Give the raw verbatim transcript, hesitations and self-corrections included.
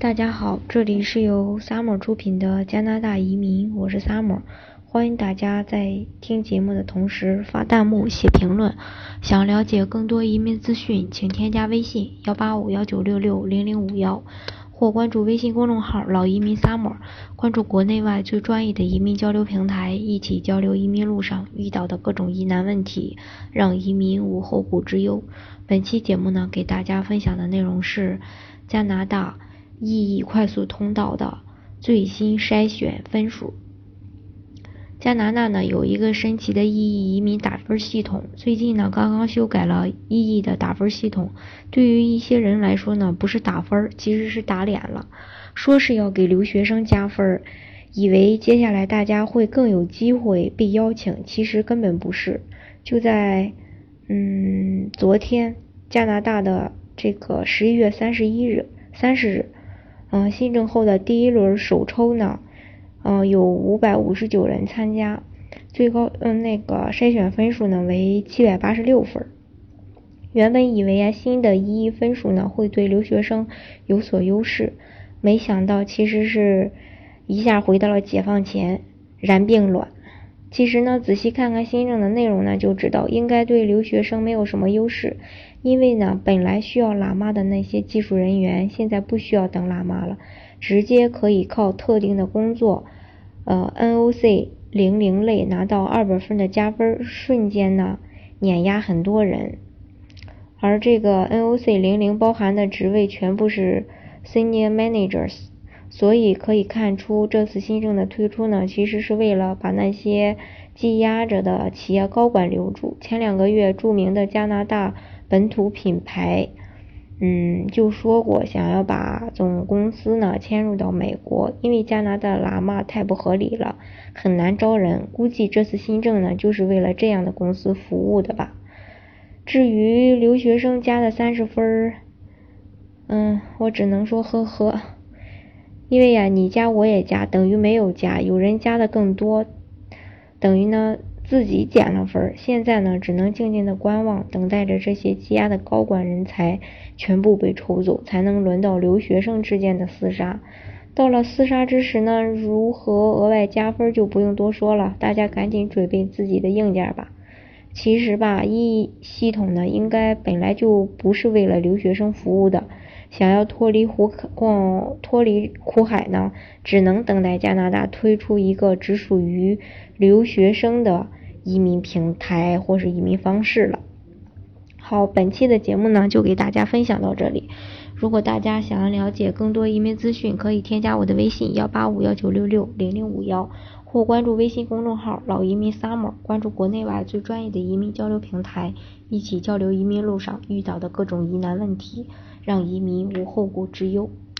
大家好，这里是由 Summer 出品的加拿大移民，我是 Summer， 欢迎大家在听节目的同时发弹幕、写评论。想了解更多移民资讯，请添加微信幺八五幺九六六零零五幺，或关注微信公众号老移民 Summer， 关注国内外最专业的移民交流平台，一起交流移民路上遇到的各种疑难问题，让移民无后顾之忧。本期节目呢，给大家分享的内容是加拿大意义快速通道的最新筛选分数。加拿大呢有一个神奇的意义移民打分系统，最近呢刚刚修改了意义的打分系统。对于一些人来说呢，不是打分，其实是打脸了。说是要给留学生加分，以为接下来大家会更有机会被邀请，其实根本不是。就在嗯昨天，加拿大的这个十一月三十一日、三十日。嗯、呃，新政后的第一轮首抽呢，呃，有五百五十九人参加，最高嗯、呃、那个筛选分数呢为七百八十六分。原本以为啊新的一一分数呢会对留学生有所优势，没想到其实是一下回到了解放前，然并卵。其实呢，仔细看看新政的内容呢，就知道应该对留学生没有什么优势，因为呢，本来需要喇嘛的那些技术人员，现在不需要等喇嘛了，直接可以靠特定的工作，呃 N O C 零零类拿到二百分的加分，瞬间呢碾压很多人。而这个 N O C 零零包含的职位全部是 Senior Managers。所以可以看出，这次新政的推出呢，其实是为了把那些积压着的企业高管留住。前两个月，著名的加拿大本土品牌，嗯，就说过想要把总公司呢迁入到美国，因为加拿大喇嘛太不合理了，很难招人。估计这次新政呢，就是为了这样的公司服务的吧。至于留学生加的三十分，嗯，我只能说呵呵。因为呀、啊，你加我也加，等于没有加，有人加的更多，等于呢自己减了分。现在呢，只能静静的观望，等待着这些积压的高管人才全部被抽走，才能轮到留学生之间的厮杀。到了厮杀之时呢，如何额外加分就不用多说了，大家赶紧准备自己的硬件吧。其实吧，意义系统呢，应该本来就不是为了留学生服务的。想要脱离苦海，脱离苦海呢，只能等待加拿大推出一个只属于留学生的移民平台或是移民方式了。好，本期的节目呢就给大家分享到这里。如果大家想要了解更多移民资讯，可以添加我的微信幺八五幺九六六零零五幺，或关注微信公众号老移民 Summer， 关注国内外最专业的移民交流平台，一起交流移民路上遇到的各种疑难问题，让移民无后顾之忧。